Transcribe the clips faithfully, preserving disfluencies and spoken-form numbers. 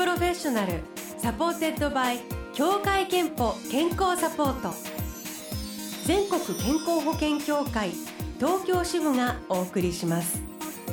プロフェッショナルサポーテッドバイ協会憲法健康サポート、全国健康保険協会東京支部がお送りします。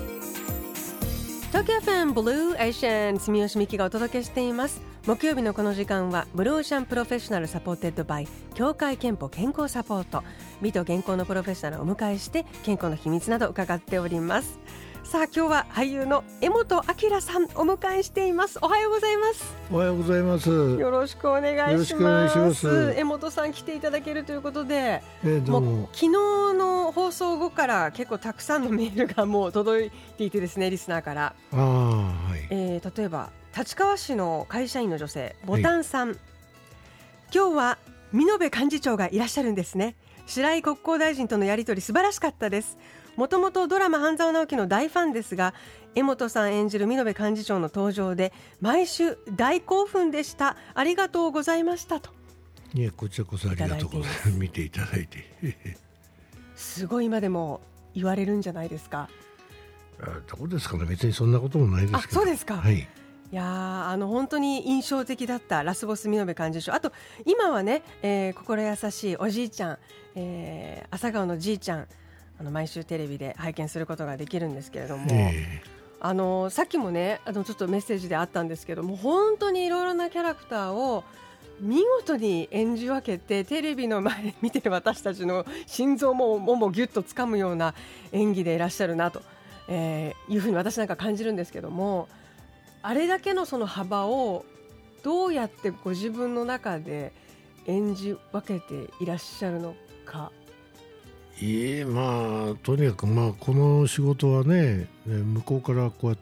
東京 エフエム ブルーエーシャン住吉美希がお届けしています。木曜日のこの時間はブルーオーシャンプロフェッショナルサポーテッドバイ協会憲法健康サポート、美と健康のプロフェッショナルをお迎えして健康の秘密など伺っております。さあ今日は俳優の江本明さんお迎えしています。おはようございます。 おはようございます。 よろしくお願いします。 よろしくお願いします。 江本さん来ていただけるということで、 えー、どうも。 もう昨日の放送後から結構たくさんのメールがもう届いていてですね、リスナーから。 あ、はい。 えー、例えば立川市の会社員の女性ボタンさん、はい、今日は見延幹事長がいらっしゃるんですね。白井国交大臣とのやり取り素晴らしかったです。もともとドラマ半沢直樹の大ファンですが、江本さん演じる見延幹事長の登場で毎週大興奮でした。ありがとうございましたと。 いや、こちらこそありがとうございます。見ていただいてすごい今でも言われるんじゃないですか。 あ、どうですかね。別にそんなこともないですけど。 あ、そうですか。 はい。 いやあの本当に印象的だったラスボス見延幹事長。あと今はね、えー、心優しいおじいちゃん、えー、朝顔のじいちゃん、あの毎週テレビで拝見することができるんですけれども、えー、あのさっきもね、あのちょっとメッセージであったんですけども、本当にいろいろなキャラクターを見事に演じ分けて、テレビの前で見てる私たちの心臓もももギュッと掴むような演技でいらっしゃるなと、えー、いうふうに私なんか感じるんですけども、あれだけのその幅をどうやってご自分の中で演じ分けていらっしゃるのか。 いえ、まあとにかく、まあ、この仕事はね、向こうからこうやって、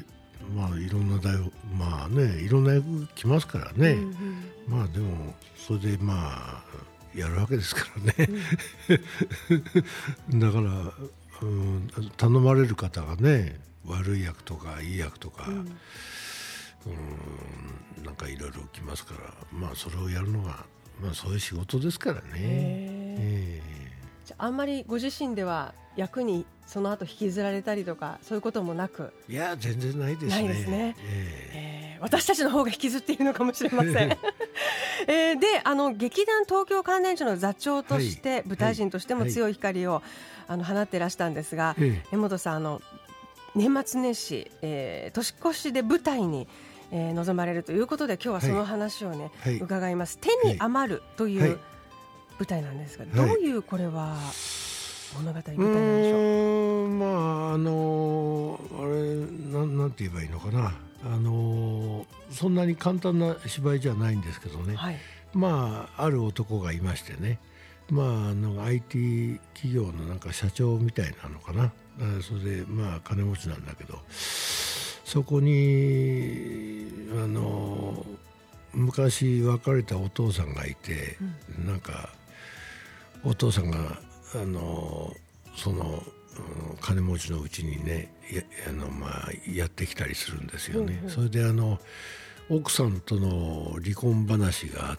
まあ、いろんな台本、まあね、いろんな役来ますからね、うんうん、まあでもそれでまあやるわけですからね、うん、だから、うん、頼まれる方がね、悪い役とかいい役とか、うん、うん、なんかいろいろ来ますから、まあそれをやるのが、まあ、そういう仕事ですからね。えー、じゃあ、あんまりご自身では役にその後引きずられたりとかそういうこともなく。 いや、全然ないですね。 ないですね。えーえー、私たちの方が引きずっているのかもしれません、えー、で、あの劇団東京乾電池の座長として、はい、舞台人としても強い光を、はい、あの放っていらしたんですが、はい、江本さん、あの年末年始、えー、年越しで舞台に、えー、臨まれるということで、今日はその話をね、はい、伺います。手に余るという舞台なんですが、はい、どういうこれは物語、舞台なんでしょう。 うーん、まああのあれ な, なんて言えばいいのかな、あのそんなに簡単な芝居じゃないんですけどね、はい、まあある男がいましてね、まあ、あの アイティー 企業のなんか社長みたいなのかな、それでまあ金持ちなんだけど、そこにあの昔別れたお父さんがいて、うん、なんかお父さんがあのその金持ちのうちにね、や, あのまあやってきたりするんですよね、うんうん、それであの奥さんとの離婚話があって、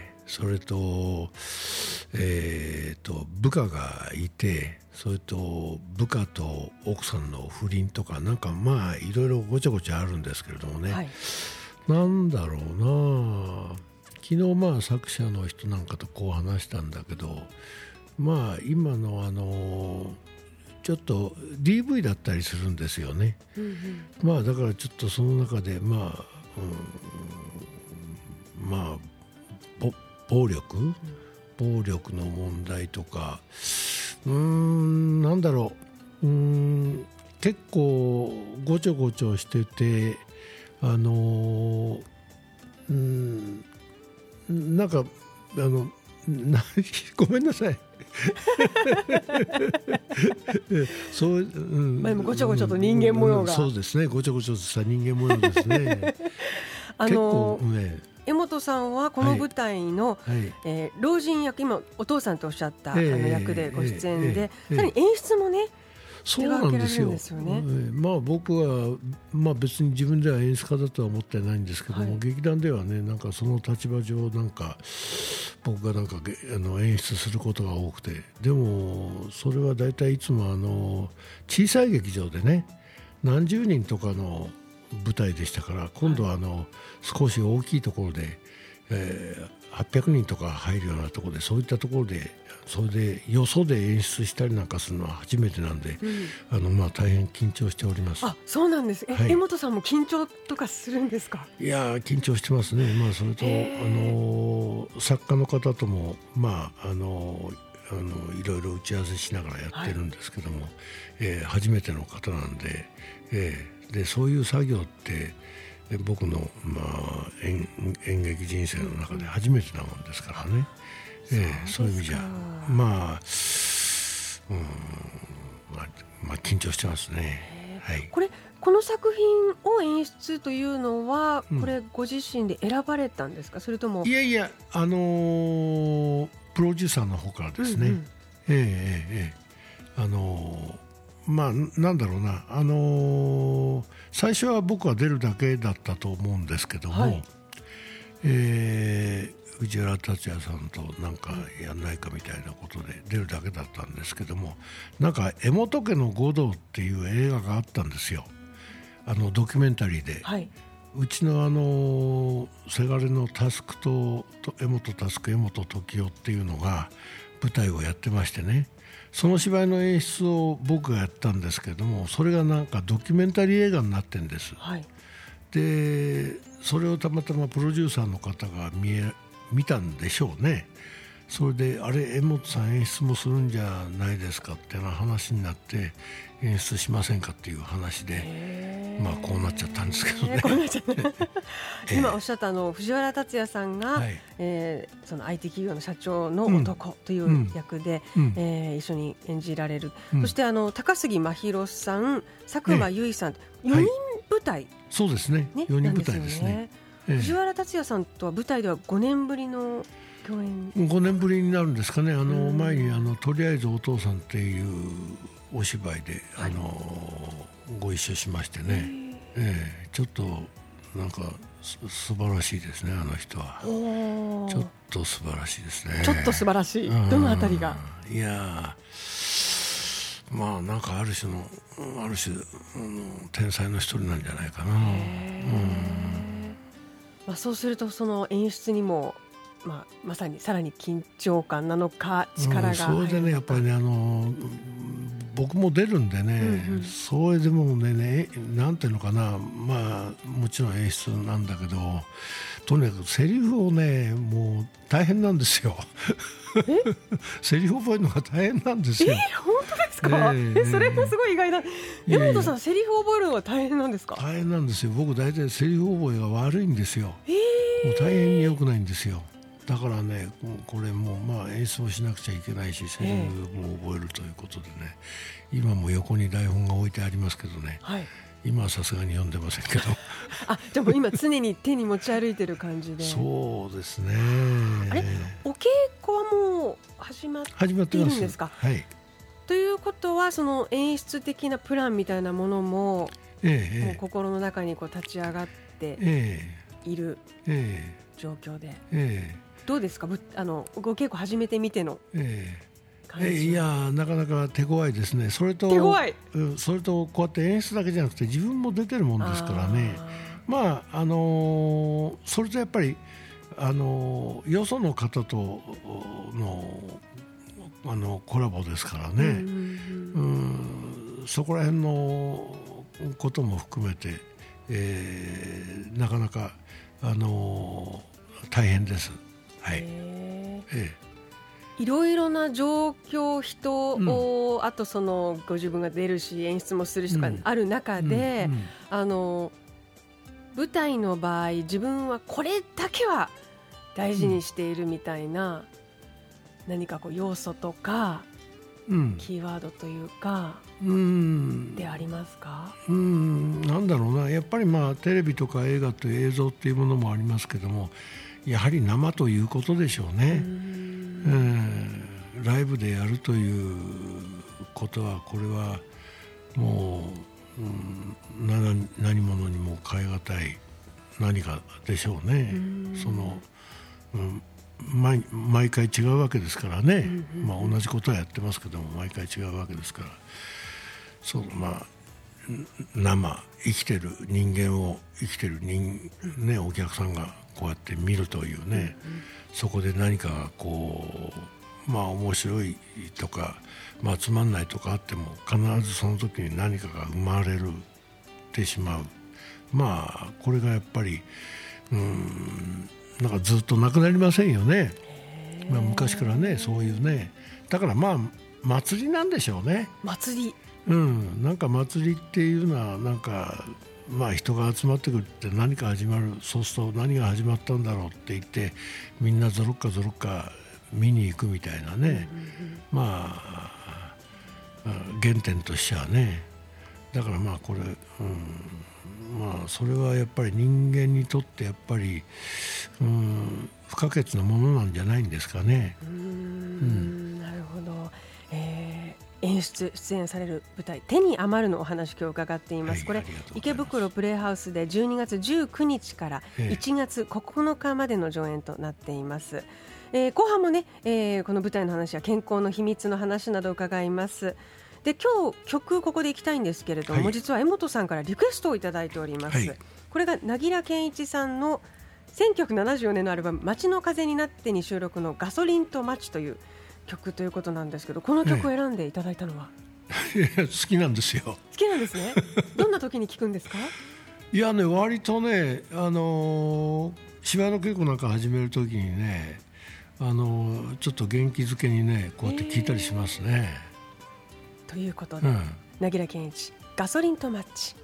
それと、えー、と部下がいて、それと部下と奥さんの不倫とか、なんかまあいろいろごちゃごちゃあるんですけれどもね、はい、なんだろうな、昨日まあ作者の人なんかとこう話したんだけど、まあ今のあのちょっと ディーブイ だったりするんですよね、うんうん、まあだからちょっとその中でまあ、うん、まあ暴力、暴力の問題とか、うーん、なんだろう、うーん、結構ごちょごちょしてて、あのー、うーん、なんかあのなごめんなさいそう、うん、 まあ、でもごちょごちょと人間模様が、 うん、そうですね、ごちょごちょとした人間模様ですねあのー、 結構ね、 江本さんはこの舞台の、はいはい、えー、老人役、今お父さんとおっしゃった、えー、あの役でご出演で、えーえー、さらに演出もね、 そうなんですよ。ですよね、えーまあ、僕は、まあ、別に自分では演出家だとは思ってないんですけども、はい、劇団ではね、なんかその立場上なんか僕がなんかあの演出することが多くて、でもそれはだいたいいつもあの小さい劇場でね、何十人とかの舞台でしたから、今度はあの少し大きいところで、えー、はっぴゃくにんとか入るようなところで、そういったところでそれでよそで演出したりなんかするのは初めてなんで、うん、あのまあ大変緊張しております。 あ、そうなんです。え、はい、江本さんも緊張とかするんですか？ いや緊張してますね。まあ、それとあの作家の方ともまああのあのいろいろ打ち合わせしながらやってるんですけども、はい、えー、初めての方なんで、えー、でそういう作業って僕の、まあ、演, 演劇人生の中で初めてなもんですからね、うん、えー、そういう意味じゃまあ、うん、まあ、まあ緊張してますね、はい、 これこの作品を演出というのは、うん、これご自身で選ばれたんですか？それともいやいや、あのー、プロデューサーの方からですね、うんうん、えー、えー、あのー、まあなんだろうな、あのー、最初は僕は出るだけだったと思うんですけども、はい、えー、藤原竜也さんとなんかやんないかみたいなことで出るだけだったんですけども、なんか江本家の護道っていう映画があったんですよ、あのドキュメンタリーで、はい、うちのあのせがれの佑と江本佑、江本時生っていうのが舞台をやってましてね、その芝居の演出を僕がやったんですけれども、それがなんかドキュメンタリー映画になってるんです、はい、でそれをたまたまプロデューサーの方が見え見たんでしょうね。それであれ江本さん演出もするんじゃないですかってな話になって、演出しませんかっていう話で、まあこうなっちゃったんですけどね。こうなっちゃった今おっしゃったあの藤原竜也さんが、はい、えー、その アイティー 企業の社長の男という役で、うんうん、えー、一緒に演じられる、うん、そしてあの高杉真宙さん、佐久間由衣さん、よにん舞台、はい、 そうですね、よにん舞台ですね。 ええ、藤原竜也さんとは舞台ではごねんぶりの共演、 ごねんぶりになるんですかね。あの前にあのとりあえずお父さんっていうお芝居で、はい、あのご一緒しましてね、ええ、ちょっとなんかす素晴らしいですね、あの人は。ちょっと素晴らしいですね。 ちょっと素晴らしい、どのあたりが？ いやまあなんかある種のある種の天才の一人なんじゃないかな。うん、 まあ、そうするとその演出にも、まあ、まさにさらに緊張感なのか力が入るのか、 うん、それでねやっぱりねあの僕も出るんでね、うんうん、それでもね、ねなんていうのかな、まあもちろん演出なんだけど、とにかくセリフをねもう大変なんですよ。セリフ覚えるのが大変なんですよ。 えー、本当ですか？えー、えそれもすごい意外だ。江本さん、セリフ覚えるのが大変なんですか？ 大変なんですよ。僕大体セリフ覚えが悪いんですよ。えー、もう大変に良くないんですよ。だからねこれもまあ演奏しなくちゃいけないし、セリフも覚えるということでね、今も横に台本が置いてありますけどね、はい、今はさすがに読んでませんけどあ、じゃあもう今常に手に持ち歩いてる感じで。 そうですね。 あれ、お稽古はもう始まっているんですか？ はい、 ということはその演出的なプランみたいなものも、ええ、もう心の中にこう立ち上がっている状況で、ええ、どうですか？あのご稽古始めてみての感じ、ええ、 いやなかなか手強いですね。それと手強い、 それとこうやって演出だけじゃなくて自分も出てるもんですからね。まああのー、それとやっぱりあのー、よその方とのあのコラボですからね、うん、うん、そこら辺のことも含めて、えー、なかなか、あのー、大変です。はい、ええ、いろいろな状況、人を、うん、あとそのご自分が出るし演出もするしとかある中で、うんうんうん、あの舞台の場合自分はこれだけは大事にしているみたいな、うん、何かこう要素とか、うん、キーワードというか、うん、でありますか？ うん、なんだろうな、やっぱりまあテレビとか映画という映像っていうものもありますけども、やはり生ということでしょうね。うん、えー、ライブでやるということはこれはもう、うん、何, 何者にも代え難い何かでしょうね。うその、うん、毎, 毎回違うわけですからね、うんうんうん、まあ、同じことはやってますけども毎回違うわけですから、そう、まあ、 生生きてる人間を生きてる人、ね、お客さんがこうやって見るというね、うん、そこで何かこうまあ面白いとか、まあ、つまんないとかあっても必ずその時に何かが生まれるてしまう。まあこれがやっぱりうーんなんかずっとなくなりませんよね。まあ、昔からねそういうね、だからまあ祭りなんでしょうね。 祭り、 うん、なんか祭りっていうのはなんかまあ人が集まってくるって何か始まる、そうすると何が始まったんだろうって言ってみんなぞろっかぞろっか見に行くみたいなね、うんうんうん、まあ原点としてはね。だからまあこれ、うん、まあそれはやっぱり人間にとってやっぱり、うん、不可欠なものなんじゃないんですかね。 うーん、うん、なるほど、えー、演出出演される舞台手に余るのお話今日伺っています、はい、これ池袋プレイハウスでじゅうにがつじゅうくにちからいちがつここのかまでの上演となっています。えー、後半もね、えー、この舞台の話や健康の秘密の話など伺います。で今日曲ここでいきたいんですけれども、はい、実は江本さんからリクエストをいただいております、はい、これが凪良健一さんのせんきゅうひゃくななじゅうよねんのアルバム街の風になってに収録のガソリンと街という曲ということなんですけど、この曲を選んでいただいたのは、 ね、好きなんですよ。好きなんですね。どんな時に聴くんですか？ いやね割とね、あのー、芝居の稽古なんか始める時にね、あのー、ちょっと元気づけにねこうやって聴いたりしますね。 ということで、うん、凪良健一ガソリンとマッチ。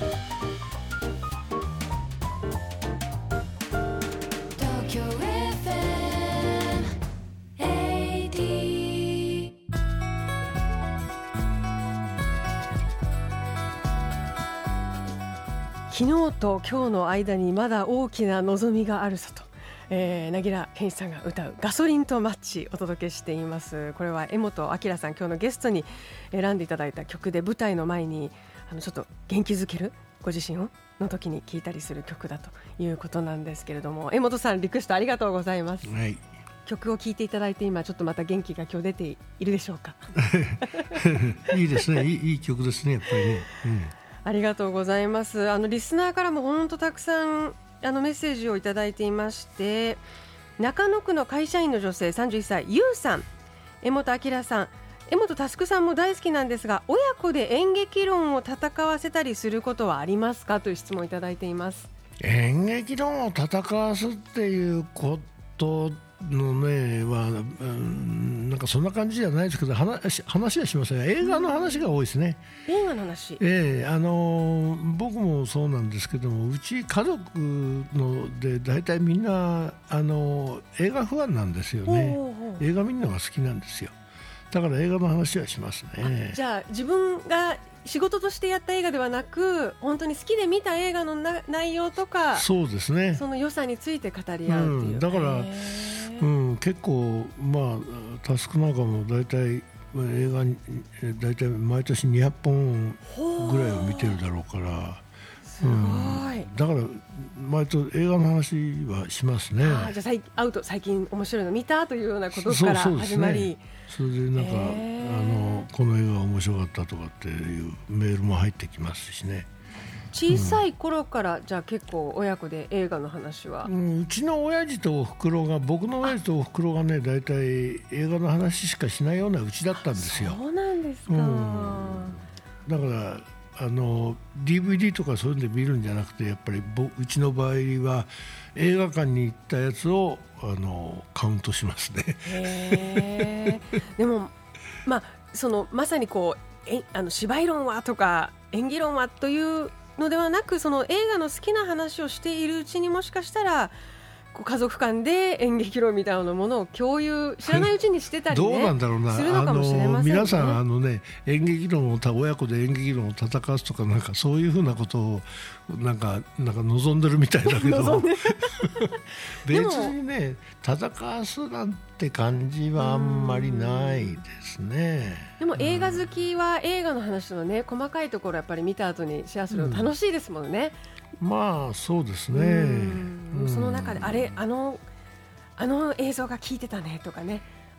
昨日と今日の間にまだ大きな望みがあるぞと、えー、凪良健一さんが歌うガソリンとマッチお届けしています。これは江本明さん今日のゲストに選んでいただいた曲で、舞台の前にあのちょっと元気づけるご自身の時に聴いたりする曲だということなんですけれども、江本さんリクエストありがとうございます、はい、曲を聴いていただいて今ちょっとまた元気が今日出ているでしょうか？ いいですね、いい、いい曲ですねやっぱりね、うん、 ありがとうございます。あのリスナーからも本当たくさんあのメッセージをいただいていまして、中野区の会社員の女性さんじゅういっさいゆうさん、江本明さん、江本佑さんも大好きなんですが親子で演劇論を戦わせたりすることはありますかという質問をいただいています。 演劇論を戦わすっていうことのねは、うん、なんかそんな感じじゃないですけど 話, 話はしませんが映画の話が多いですね、 うん、映画の話、 えー、あの僕もそうなんですけども、うち家族ので大体みんなあの映画ファンなんですよね。ほうほうほう、映画見るのが好きなんですよ。だから映画の話はしますね。 じゃあ自分が仕事としてやった映画ではなく本当に好きで見た映画のな内容とか、 そうですね、 その良さについて語り合うっていう、うん、 だから、うん、結構まあタスクなんかも大体映画に大体毎年にひゃっぽんぐらいを見てるだろうから、 すごい、うん、 だから毎年映画の話はしますね。 あ、じゃあ会うと最近面白いの見たというようなことから始まり、 それでなんかあのこの映画が面白かったとかっていうメールも入ってきますしね。 小さい頃から、うん、じゃあ結構親子で映画の話は、 うん、うちの親父とお袋が僕の親父とお袋がねだいたい映画の話しかしないようなうちだったんですよ。 そうなんですか、うん、 だからあの ディーブイディー とかそういうので見るんじゃなくて、やっぱりうちの場合は映画館に行ったやつをあのカウントしますね。 へでも、まあ、そのまさにこうえあの芝居論はとか演技論はというのではなく、その映画の好きな話をしているうちにもしかしたらこう家族間で演劇論みたいなものを共有知らないうちにしてたり、ね、 どうなんだろうな、 するのかもしれませんね。 皆さんあの、ね、演劇論を親子で演劇論を戦わすとかなんかそういうふうなことをなんかなんか望んでるみたいだけど別にね戦わすなんて感じはあんまりないですね。 でも映画好きは映画の話のね細かいところやっぱり見た後にシェアするの楽しいですもんね、 うん、まあそうですね、うん、 その中であれあのあの映像が効いてたねとかね、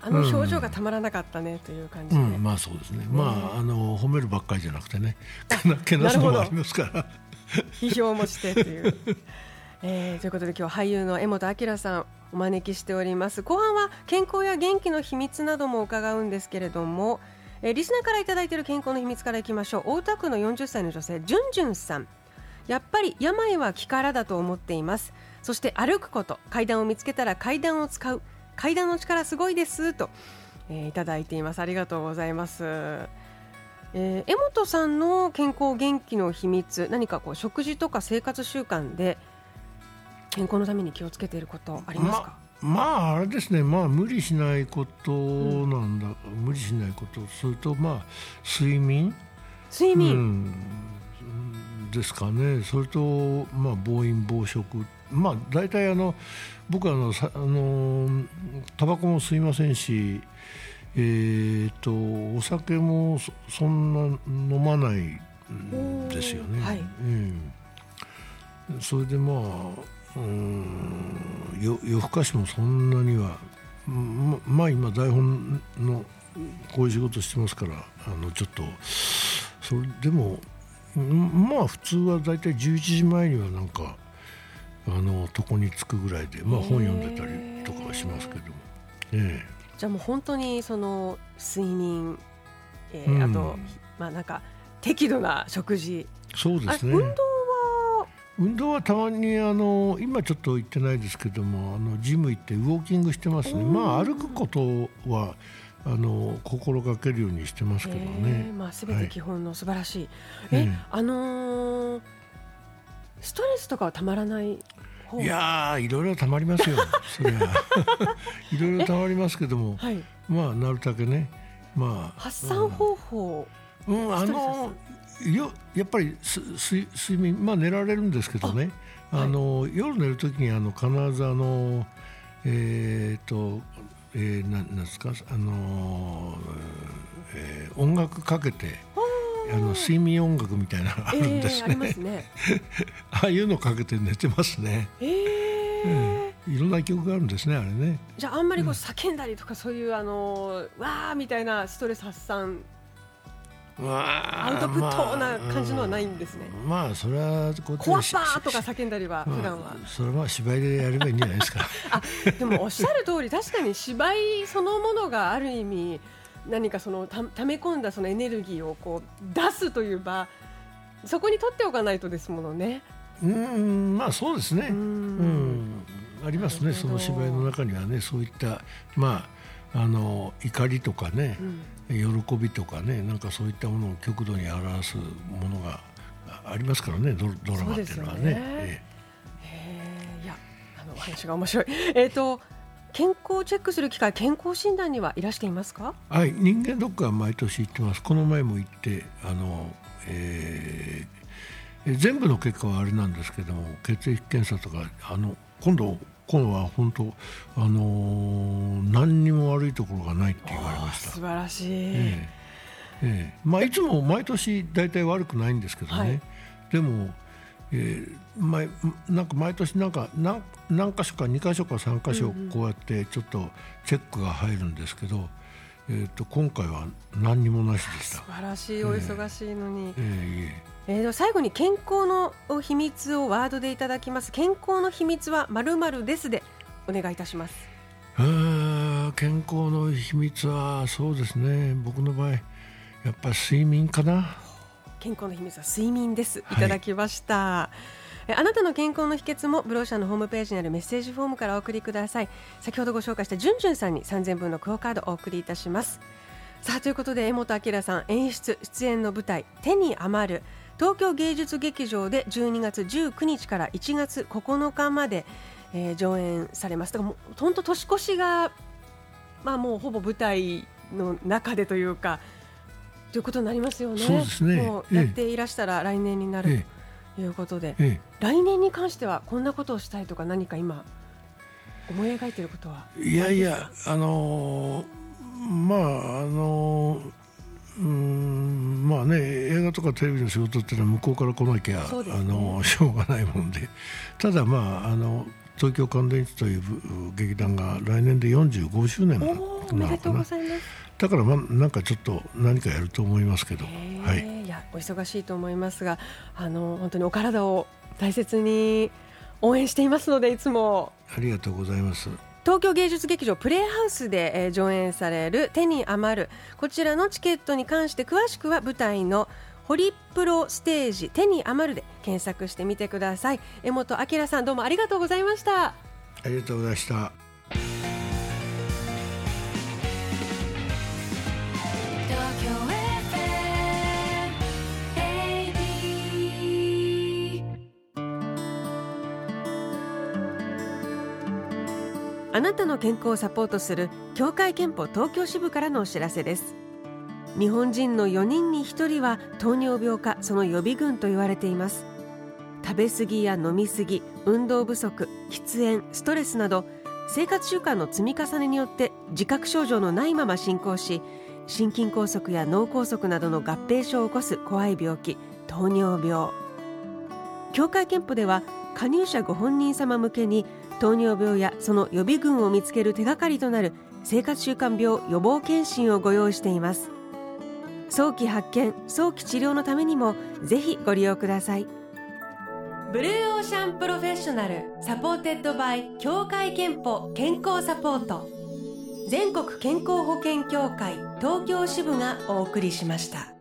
あの表情がたまらなかったねという感じで、 うんうん、まあそうですね、うん、まあ、あの褒めるばっかりじゃなくてねけなすのもありますから批評もしてという、えー、ということで今日俳優の柄本明さんお招きしております。後半は健康や元気の秘密なども伺うんですけれども、えー、リスナーからいただいている健康の秘密からいきましょう。大田区のよんじゅっさいの女性じゅんじゅんさん、やっぱり病は気からだと思っています。そして歩くこと、階段を見つけたら階段を使う、階段の力すごいですと、えー、いただいています。ありがとうございます。えー、柄本さんの健康元気の秘密、何かこう食事とか生活習慣で健康のために気をつけていることありますか？ ま、まああれですね、まあ無理しないことなんだ、うん、無理しないこと、それとまあ睡眠睡眠、 うん、ですかね。それとまあ暴飲暴食、まあ大体あの僕はあのさあのタバコも吸いませんし、えー、とお酒も そ, そんな飲まないんですよね、はい、うん、それでまあうーん夜更かしもそんなには、ま、まあ今台本のこういう仕事してますから、あのちょっとそれでもまあ普通はだいたいじゅういちじまえにはなんかあの床に着くぐらいで、まあ、本読んでたりとかはしますけども、ええ、 じゃあもう本当にその睡眠、えーうん、あと、まあ、なんか適度な食事、 そうですね。 運動は運動はたまにあの今ちょっと行ってないですけども、あのジム行ってウォーキングしてますね。まあ歩くことはあの心がけるようにしてますけどね、 えーまあ、全て基本の素晴らしい、はい、え、あのー、ストレスとかはたまらない方？ いやーいろいろたまりますよそれはいろいろたまりますけども、はい、まあなるだけね、まあ、 発散方法、 うん、あのよやっぱりす睡眠、まあ寝られるんですけどね、あ、あの、はい、夜寝るときにあの必ずあのえー、とえー、な, なんですかあの、えー、音楽かけてあの睡眠音楽みたいなのがあるんですね、えー、ありますねああいうのかけて寝てますね、えーうん、いろんな曲があるんですね、あれね。 じゃああんまりこう叫んだりとか、うん、そういうあのわーみたいなストレス発散アウトプットな感じのはないんですね。 まあ、まあそれはこうコアッパーとか叫んだりは普段は、 まあ、それは芝居でやればいいんじゃないですかあでもおっしゃる通り確かに芝居そのものがある意味何かその た, ため込んだそのエネルギーをこう出すという場、そこに取っておかないとですものね。 うーんまあそうですね、うんうんありますね、その芝居の中にはね、そういったまああの怒りとかね、うん、喜びとかね、なんかそういったものを極度に表すものがありますからね、 ド, ドラマっていうのはね。えー、いやあのお話が面白い。えーと健康をチェックする機会、健康診断にはいらしていますか？ はい、人間ドックは毎年行ってます。この前も行ってあの、えー、全部の結果はあれなんですけども、血液検査とかあの今度今度は本当、あのー、何にも悪いところがないって言われました。 素晴らしい、えーえーまあ、いつも毎年大体悪くないんですけどね、はい、でもえー、毎, なんか毎年なんか 何, 何箇所かに箇所かさん箇所こうやってちょっとチェックが入るんですけど、うんうんえー、と今回は何にもなしでした。 素晴らしい、お忙しいのに、 えーえー、 えー、最後に健康の秘密をワードでいただきます。健康の秘密は〇〇ですでお願いいたします。 あ健康の秘密はそうですね、僕の場合やっぱり睡眠かな。 健康の秘密は睡眠です。いただきました、はい、あなたの健康の秘訣もブローシャのホームページにあるメッセージフォームからお送りください。先ほどご紹介したじゅんじゅんさんにさんぜんぶんのクオカードをお送りいたします。さあということで、柄本明さん演出出演の舞台手に余る、東京芸術劇場でじゅうにがつじゅうくにちからいちがつここのかまで、えー、上演されます。だからもう本当年越しが、まあ、もうほぼ舞台の中でというかということになりますよね。 そうですね。 もうやっていらしたら来年になる、ええ、ということで、ええ、来年に関してはこんなことをしたいとか何か今思い描いていることは？ いやいや、あのー、まああのー、うーんまあね、映画とかテレビの仕事ってのは向こうから来なきゃ、ね、あのしょうがないもんで、ただまああの東京乾電池という劇団が来年でよんじゅうごしゅうねんなのかな。 おめでとうございます。 だから、まあ、なんかちょっと何かやると思いますけど、はい、 いやお忙しいと思いますが、あの本当にお体を大切に応援していますので、いつもありがとうございます。 東京芸術劇場プレイハウスで、えー、上演される手に余る、こちらのチケットに関して詳しくは舞台のホリプロステージ手に余るで検索してみてください。江本明さん、どうもありがとうございました。 ありがとうございました。 あなたの健康をサポートする協会憲法東京支部からのお知らせです。日本人のよにんにひとりは糖尿病かその予備軍と言われています。食べ過ぎや飲み過ぎ、運動不足、喫煙、ストレスなど生活習慣の積み重ねによって自覚症状のないまま進行し、心筋梗塞や脳梗塞などの合併症を起こす怖い病気、糖尿病。協会憲法では加入者ご本人様向けに糖尿病やその予備軍を見つける手がかりとなる生活習慣病予防検診をご用意しています。早期発見、早期治療のためにもぜひご利用ください。ブルーオーシャンプロフェッショナルサポーテッドバイ協会憲法健康サポート、全国健康保険協会東京支部がお送りしました。